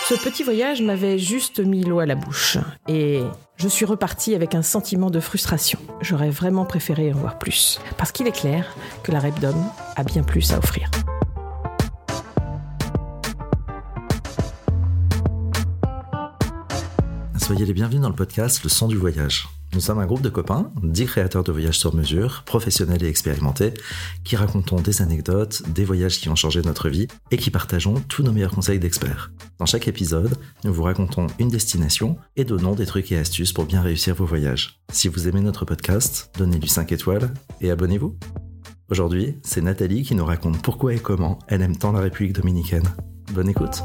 Ce petit voyage m'avait juste mis l'eau à la bouche et je suis repartie avec un sentiment de frustration. J'aurais vraiment préféré en voir plus, parce qu'il est clair que la Repdom a bien plus à offrir. Soyez les bienvenus dans le podcast Le Son du Voyage. Nous sommes un groupe de copains, 10 créateurs de voyages sur mesure, professionnels et expérimentés, qui racontons des anecdotes, des voyages qui ont changé notre vie et qui partageons tous nos meilleurs conseils d'experts. Dans chaque épisode, nous vous racontons une destination et donnons des trucs et astuces pour bien réussir vos voyages. Si vous aimez notre podcast, donnez-lui 5 étoiles et abonnez-vous. Aujourd'hui, c'est Nathalie qui nous raconte pourquoi et comment elle aime tant la République dominicaine. Bonne écoute.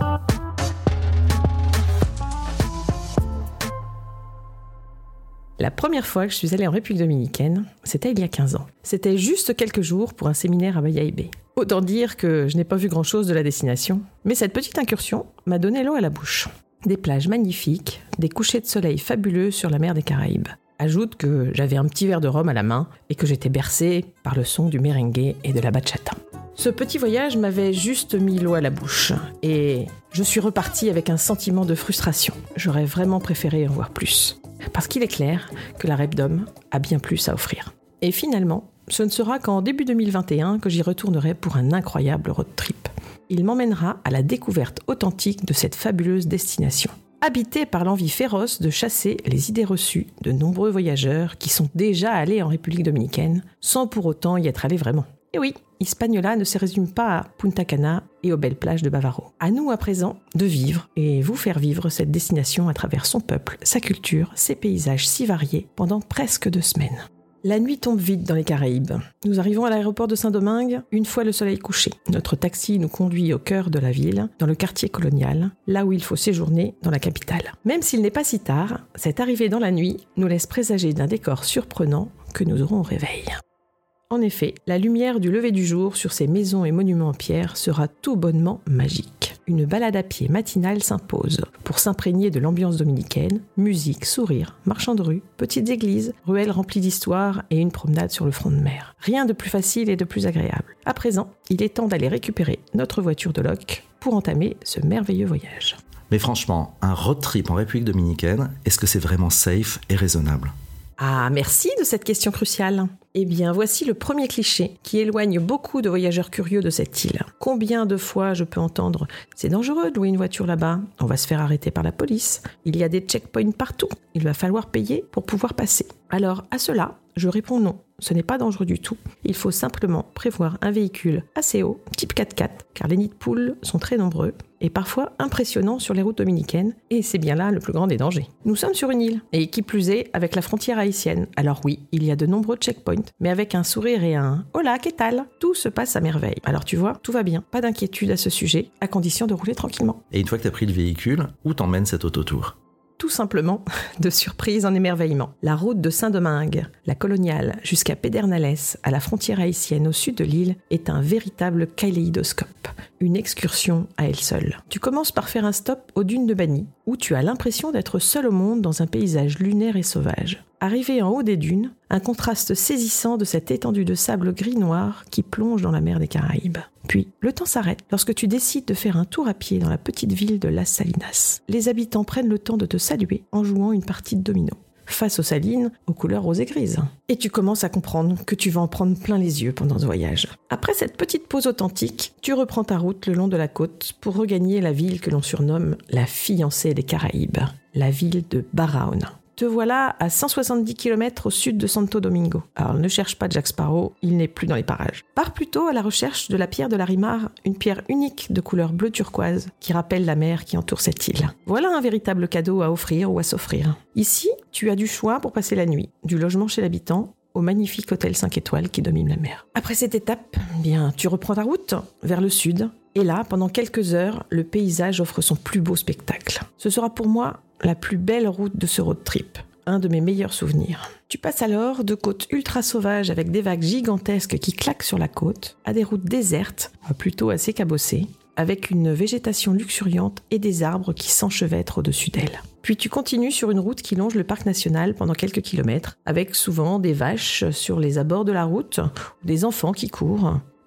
La première fois que je suis allée en République dominicaine, c'était il y a 15 ans. C'était juste quelques jours pour un séminaire à Bayahibe. Autant dire que je n'ai pas vu grand-chose de la destination, mais cette petite incursion m'a donné l'eau à la bouche. Des plages magnifiques, des couchers de soleil fabuleux sur la mer des Caraïbes. Ajoute que j'avais un petit verre de rhum à la main et que j'étais bercée par le son du merengue et de la bachata. Ce petit voyage m'avait juste mis l'eau à la bouche et je suis repartie avec un sentiment de frustration. J'aurais vraiment préféré en voir plus. Parce qu'il est clair que la Repdom a bien plus à offrir. Et finalement, ce ne sera qu'en début 2021 que j'y retournerai pour un incroyable road trip. Il m'emmènera à la découverte authentique de cette fabuleuse destination. Habité par l'envie féroce de chasser les idées reçues de nombreux voyageurs qui sont déjà allés en République dominicaine sans pour autant y être allés vraiment. Et oui, Hispaniola ne se résume pas à Punta Cana et aux belles plages de Bavaro. À nous à présent de vivre et vous faire vivre cette destination à travers son peuple, sa culture, ses paysages si variés pendant presque 2 semaines. La nuit tombe vite dans les Caraïbes. Nous arrivons à l'aéroport de Saint-Domingue une fois le soleil couché. Notre taxi nous conduit au cœur de la ville, dans le quartier colonial, là où il faut séjourner dans la capitale. Même s'il n'est pas si tard, cette arrivée dans la nuit nous laisse présager d'un décor surprenant que nous aurons au réveil. En effet, la lumière du lever du jour sur ces maisons et monuments en pierre sera tout bonnement magique. Une balade à pied matinale s'impose pour s'imprégner de l'ambiance dominicaine, musique, sourires, marchands de rue, petites églises, ruelles remplies d'histoire et une promenade sur le front de mer. Rien de plus facile et de plus agréable. À présent, il est temps d'aller récupérer notre voiture de loc pour entamer ce merveilleux voyage. Mais franchement, un road trip en République dominicaine, est-ce que c'est vraiment safe et raisonnable ? Ah, merci de cette question cruciale. Eh bien, voici le premier cliché qui éloigne beaucoup de voyageurs curieux de cette île. Combien de fois je peux entendre « C'est dangereux de louer une voiture là-bas, on va se faire arrêter par la police. Il y a des checkpoints partout, il va falloir payer pour pouvoir passer. » Alors, à cela, je réponds non, ce n'est pas dangereux du tout. Il faut simplement prévoir un véhicule assez haut, type 4x4, car les nids de poules sont très nombreux et parfois impressionnants sur les routes dominicaines, et c'est bien là le plus grand des dangers. Nous sommes sur une île, et qui plus est, avec la frontière haïtienne. Alors oui, il y a de nombreux checkpoints, mais avec un sourire et un « Hola, qu'est-ce que tout se passe à merveille. Alors tu vois, tout va bien, pas d'inquiétude à ce sujet, à condition de rouler tranquillement. Et une fois que tu as pris le véhicule, où t'emmène cet autotour ? Tout simplement, de surprise en émerveillement. La route de Saint-Domingue, la coloniale, jusqu'à Pedernales, à la frontière haïtienne au sud de l'île, est un véritable kaléidoscope. Une excursion à elle seule. Tu commences par faire un stop aux dunes de Bani, où tu as l'impression d'être seul au monde dans un paysage lunaire et sauvage. Arrivé en haut des dunes, un contraste saisissant de cette étendue de sable gris-noir qui plonge dans la mer des Caraïbes. Puis, le temps s'arrête lorsque tu décides de faire un tour à pied dans la petite ville de Las Salinas. Les habitants prennent le temps de te saluer en jouant une partie de domino. Face aux salines, aux couleurs roses et grises. Et tu commences à comprendre que tu vas en prendre plein les yeux pendant ce voyage. Après cette petite pause authentique, tu reprends ta route le long de la côte pour regagner la ville que l'on surnomme la fiancée des Caraïbes, la ville de Barahona. Te voilà à 170 km au sud de Santo Domingo. Alors ne cherche pas Jack Sparrow, il n'est plus dans les parages. Pars plutôt à la recherche de la pierre de Larimar, une pierre unique de couleur bleu turquoise qui rappelle la mer qui entoure cette île. Voilà un véritable cadeau à offrir ou à s'offrir. Ici, tu as du choix pour passer la nuit, du logement chez l'habitant au magnifique hôtel 5 étoiles qui domine la mer. Après cette étape, tu reprends ta route vers le sud. Et là, pendant quelques heures, le paysage offre son plus beau spectacle. Ce sera pour moi la plus belle route de ce road trip, un de mes meilleurs souvenirs. Tu passes alors de côtes ultra sauvages avec des vagues gigantesques qui claquent sur la côte, à des routes désertes, plutôt assez cabossées, avec une végétation luxuriante et des arbres qui s'enchevêtrent au-dessus d'elle. Puis tu continues sur une route qui longe le parc national pendant quelques kilomètres, avec souvent des vaches sur les abords de la route, ou des enfants qui courent.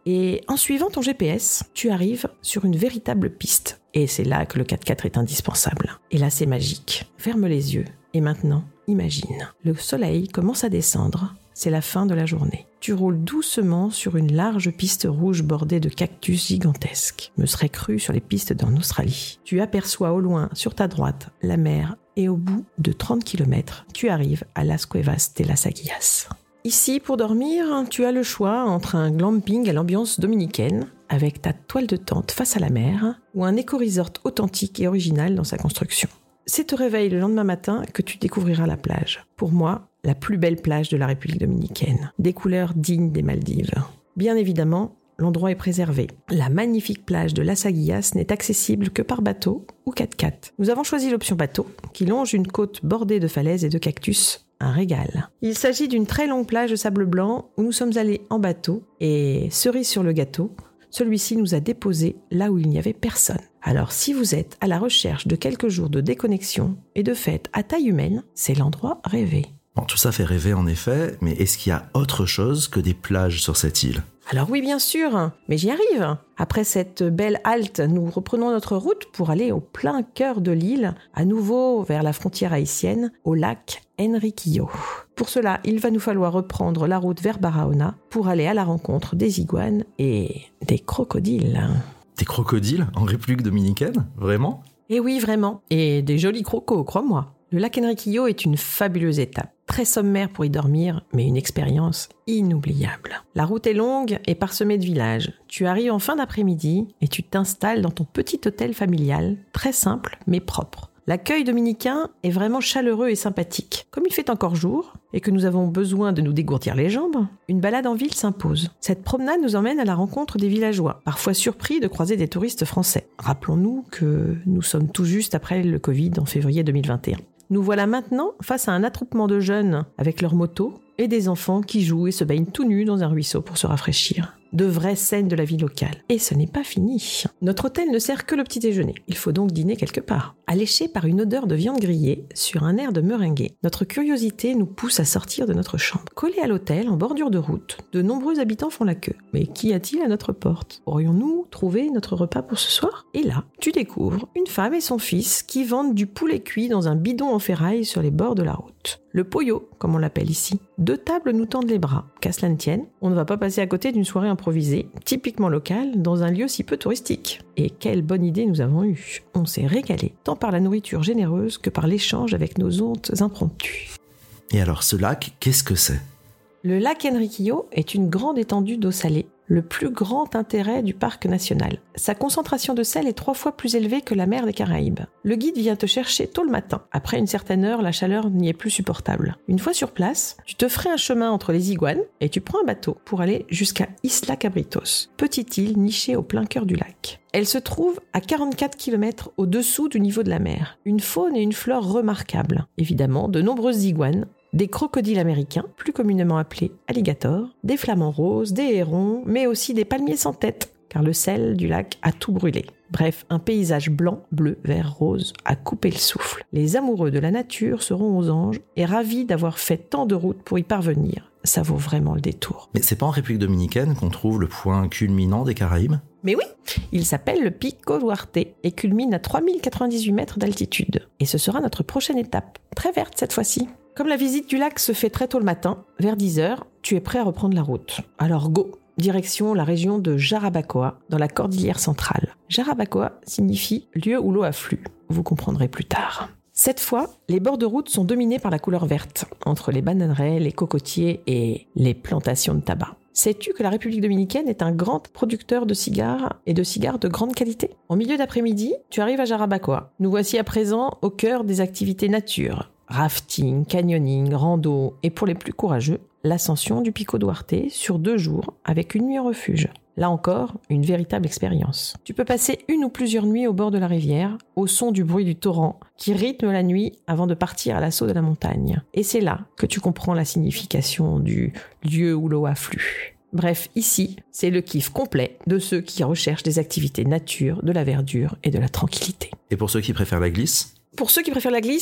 Et en suivant ton GPS, tu arrives sur une véritable piste. Et c'est là que le 4x4 est indispensable. Et là, c'est magique. Ferme les yeux. Et maintenant, imagine. Le soleil commence à descendre. C'est la fin de la journée. Tu roules doucement sur une large piste rouge bordée de cactus gigantesques. Me serait cru sur les pistes en Australie. Tu aperçois au loin, sur ta droite, la mer. Et au bout de 30 km, tu arrives à Las Cuevas de las Aguilas. Ici, pour dormir, tu as le choix entre un glamping à l'ambiance dominicaine, avec ta toile de tente face à la mer, ou un éco-resort authentique et original dans sa construction. C'est au réveil le lendemain matin que tu découvriras la plage. Pour moi, la plus belle plage de la République dominicaine. Des couleurs dignes des Maldives. Bien évidemment, l'endroit est préservé. La magnifique plage de Las Aguilas n'est accessible que par bateau ou 4x4. Nous avons choisi l'option bateau, qui longe une côte bordée de falaises et de cactus. Un régal. Il s'agit d'une très longue plage de sable blanc où nous sommes allés en bateau et, cerise sur le gâteau, celui-ci nous a déposés là où il n'y avait personne. Alors si vous êtes à la recherche de quelques jours de déconnexion et de fêtes à taille humaine, c'est l'endroit rêvé. Bon, tout ça fait rêver en effet, mais est-ce qu'il y a autre chose que des plages sur cette île ? Alors oui, bien sûr, mais j'y arrive. Après cette belle halte, nous reprenons notre route pour aller au plein cœur de l'île, à nouveau vers la frontière haïtienne, au lac Enriquillo. Pour cela, il va nous falloir reprendre la route vers Barahona pour aller à la rencontre des iguanes et des crocodiles. Des crocodiles en République dominicaine ? Vraiment ? Eh oui, vraiment. Et des jolis crocos, crois-moi. Le lac Enriquillo est une fabuleuse étape. Très sommaire pour y dormir, mais une expérience inoubliable. La route est longue et parsemée de villages. Tu arrives en fin d'après-midi et tu t'installes dans ton petit hôtel familial, très simple mais propre. L'accueil dominicain est vraiment chaleureux et sympathique. Comme il fait encore jour et que nous avons besoin de nous dégourdir les jambes, une balade en ville s'impose. Cette promenade nous emmène à la rencontre des villageois, parfois surpris de croiser des touristes français. Rappelons-nous que nous sommes tout juste après le Covid en février 2021. Nous voilà maintenant face à un attroupement de jeunes avec leurs motos et des enfants qui jouent et se baignent tout nus dans un ruisseau pour se rafraîchir. De vraies scènes de la vie locale. Et ce n'est pas fini. Notre hôtel ne sert que le petit déjeuner. Il faut donc dîner quelque part. Alléché par une odeur de viande grillée, sur un air de meringuée, notre curiosité nous pousse à sortir de notre chambre. Collé à l'hôtel, en bordure de route, de nombreux habitants font la queue. Mais qu'y a-t-il à notre porte ? Aurions-nous trouvé notre repas pour ce soir ? Et là, tu découvres une femme et son fils qui vendent du poulet cuit dans un bidon en ferraille sur les bords de la route. Le poyo, comme on l'appelle ici. 2 tables nous tendent les bras. Qu'à cela ne tienne, on ne va pas passer à côté d'une soirée improvisée, typiquement locale, dans un lieu si peu touristique. Et quelle bonne idée nous avons eue. On s'est régalé, tant par la nourriture généreuse que par l'échange avec nos hôtes impromptus. Et alors ce lac, qu'est-ce que c'est ? Le lac Enriquillo est une grande étendue d'eau salée, le plus grand intérêt du parc national. Sa concentration de sel est 3 fois plus élevée que la mer des Caraïbes. Le guide vient te chercher tôt le matin. Après une certaine heure, la chaleur n'y est plus supportable. Une fois sur place, tu te ferais un chemin entre les iguanes et tu prends un bateau pour aller jusqu'à Isla Cabritos, petite île nichée au plein cœur du lac. Elle se trouve à 44 km au-dessous du niveau de la mer. Une faune et une flore remarquables. Évidemment, de nombreuses iguanes, des crocodiles américains, plus communément appelés alligators, des flamants roses, des hérons, mais aussi des palmiers sans tête, car le sel du lac a tout brûlé. Bref, un paysage blanc, bleu, vert, rose, à couper le souffle. Les amoureux de la nature seront aux anges et ravis d'avoir fait tant de routes pour y parvenir. Ça vaut vraiment le détour. Mais c'est pas en République dominicaine qu'on trouve le point culminant des Caraïbes ? Mais oui, il s'appelle le Pico Duarte et culmine à 3098 mètres d'altitude. Et ce sera notre prochaine étape, très verte cette fois-ci. Comme la visite du lac se fait très tôt le matin, vers 10h, tu es prêt à reprendre la route. Alors go, direction la région de Jarabacoa, dans la cordillère centrale. Jarabacoa signifie lieu où l'eau afflue. Vous comprendrez plus tard. Cette fois, les bords de route sont dominés par la couleur verte, entre les bananeraies, les cocotiers et les plantations de tabac. Sais-tu que la République dominicaine est un grand producteur de cigares et de cigares de grande qualité ? En milieu d'après-midi, tu arrives à Jarabacoa. Nous voici à présent au cœur des activités nature. Rafting, canyoning, rando et pour les plus courageux, l'ascension du Pico Duarte sur 2 jours avec une nuit en refuge. Là encore, une véritable expérience. Tu peux passer 1 ou plusieurs nuits au bord de la rivière, au son du bruit du torrent qui rythme la nuit avant de partir à l'assaut de la montagne. Et c'est là que tu comprends la signification du lieu où l'eau afflue. Bref, ici, c'est le kiff complet de ceux qui recherchent des activités nature, de la verdure et de la tranquillité. Et pour ceux qui préfèrent la glisse ? Pour ceux qui préfèrent la glisse,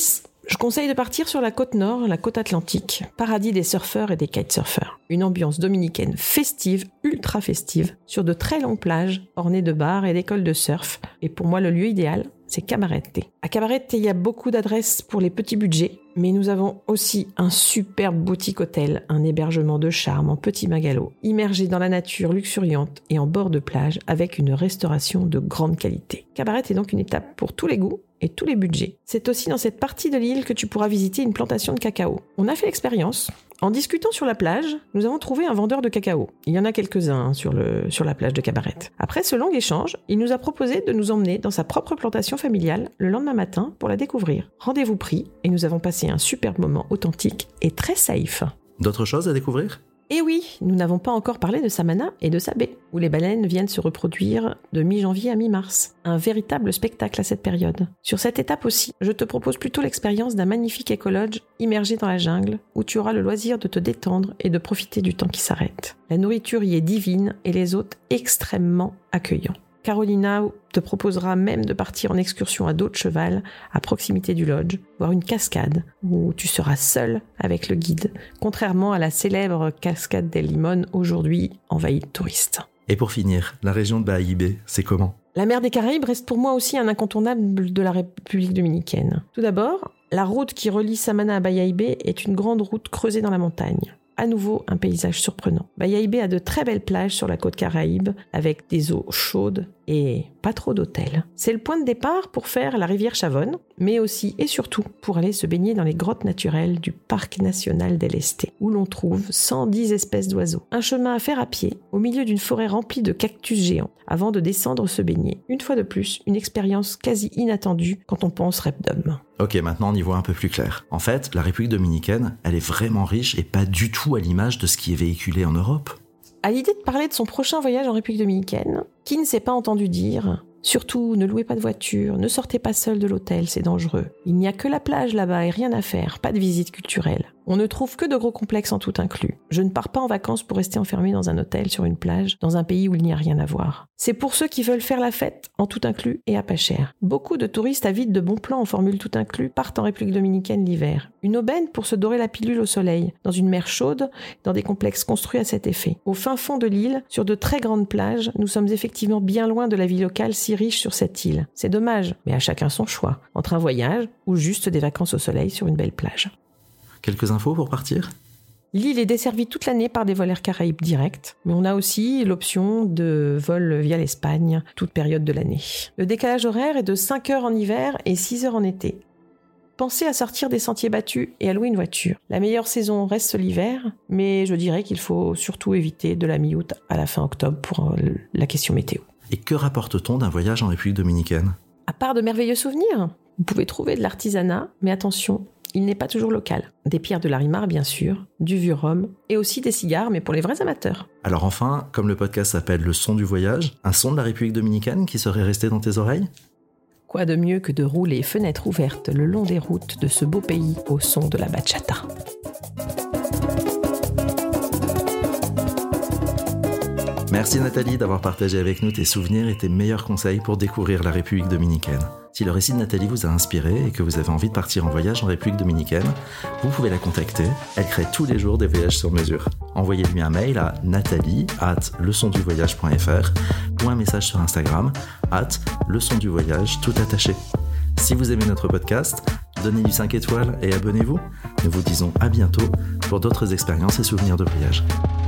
Je conseille de partir sur la côte nord, la côte atlantique, paradis des surfeurs et des kitesurfers. Une ambiance dominicaine festive, ultra festive, sur de très longues plages, ornées de bars et d'écoles de surf. Et pour moi, le lieu idéal, c'est Cabarete. À Cabarete, il y a beaucoup d'adresses pour les petits budgets, mais nous avons aussi un superbe boutique hôtel, un hébergement de charme en petit bungalow, immergé dans la nature luxuriante et en bord de plage, avec une restauration de grande qualité. Cabarete est donc une étape pour tous les goûts et tous les budgets. C'est aussi dans cette partie de l'île que tu pourras visiter une plantation de cacao. On a fait l'expérience. En discutant sur la plage, nous avons trouvé un vendeur de cacao. Il y en a quelques-uns sur la plage de Cabarete. Après ce long échange, il nous a proposé de nous emmener dans sa propre plantation familiale le lendemain matin pour la découvrir. Rendez-vous pris et nous avons passé un superbe moment authentique et très safe. D'autres choses à découvrir ? Et oui, nous n'avons pas encore parlé de Samana et de sa baie, où les baleines viennent se reproduire de mi-janvier à mi-mars. Un véritable spectacle à cette période. Sur cette étape aussi, je te propose plutôt l'expérience d'un magnifique écolodge immergé dans la jungle, où tu auras le loisir de te détendre et de profiter du temps qui s'arrête. La nourriture y est divine et les hôtes extrêmement accueillants. Carolina te proposera même de partir en excursion à dos de cheval à proximité du lodge, voir une cascade où tu seras seul avec le guide, contrairement à la célèbre cascade del Limón aujourd'hui envahie de touristes. Et pour finir, la région de Bahibe, c'est comment ? La mer des Caraïbes reste pour moi aussi un incontournable de la République dominicaine. Tout d'abord, la route qui relie Samana à Bahibe est une grande route creusée dans la montagne. À nouveau, un paysage surprenant. Bahibe a de très belles plages sur la côte Caraïbe, avec des eaux chaudes et pas trop d'hôtels. C'est le point de départ pour faire la rivière Chavonne, mais aussi et surtout pour aller se baigner dans les grottes naturelles du Parc national del Este, où l'on trouve 110 espèces d'oiseaux. Un chemin à faire à pied, au milieu d'une forêt remplie de cactus géants, avant de descendre se baigner. Une fois de plus, une expérience quasi inattendue quand on pense Repdom. Ok, maintenant on y voit un peu plus clair. En fait, la République dominicaine, elle est vraiment riche et pas du tout à l'image de ce qui est véhiculé en Europe. À l'idée de parler de son prochain voyage en République dominicaine, qui ne s'est pas entendu dire « Surtout, ne louez pas de voiture, ne sortez pas seul de l'hôtel, c'est dangereux. Il n'y a que la plage là-bas et rien à faire, pas de visite culturelle. On ne trouve que de gros complexes en tout inclus. Je ne pars pas en vacances pour rester enfermé dans un hôtel sur une plage, dans un pays où il n'y a rien à voir. C'est pour ceux qui veulent faire la fête en tout inclus et à pas cher. Beaucoup de touristes avides de bons plans en formule tout inclus partent en République dominicaine l'hiver. Une aubaine pour se dorer la pilule au soleil, dans une mer chaude, dans des complexes construits à cet effet. Au fin fond de l'île, sur de très grandes plages, nous sommes effectivement bien loin de la vie locale si riche sur cette île. C'est dommage, mais à chacun son choix, entre un voyage ou juste des vacances au soleil sur une belle plage. Quelques infos pour partir ? L'île est desservie toute l'année par des vols Air Caraïbes directs, mais on a aussi l'option de vol via l'Espagne, toute période de l'année. Le décalage horaire est de 5 heures en hiver et 6 heures en été. Pensez à sortir des sentiers battus et à louer une voiture. La meilleure saison reste l'hiver, mais je dirais qu'il faut surtout éviter de la mi-août à la fin octobre pour la question météo. Et que rapporte-t-on d'un voyage en République dominicaine ? À part de merveilleux souvenirs, vous pouvez trouver de l'artisanat, mais attention, il n'est pas toujours local. Des pierres de Larimar, bien sûr, du vieux rhum, et aussi des cigares, mais pour les vrais amateurs. Alors enfin, comme le podcast s'appelle Le son du voyage, un son de la République dominicaine qui serait resté dans tes oreilles ? Quoi de mieux que de rouler fenêtre ouverte le long des routes de ce beau pays au son de la bachata. Merci Nathalie d'avoir partagé avec nous tes souvenirs et tes meilleurs conseils pour découvrir la République dominicaine. Si le récit de Nathalie vous a inspiré et que vous avez envie de partir en voyage en République dominicaine, vous pouvez la contacter. Elle crée tous les jours des voyages sur mesure. Envoyez-lui un mail à nathalie@leçonduvoyage.fr ou un message sur Instagram @leçonduvoyage tout attaché. Si vous aimez notre podcast, donnez-lui 5 étoiles et abonnez-vous. Nous vous disons à bientôt pour d'autres expériences et souvenirs de voyage.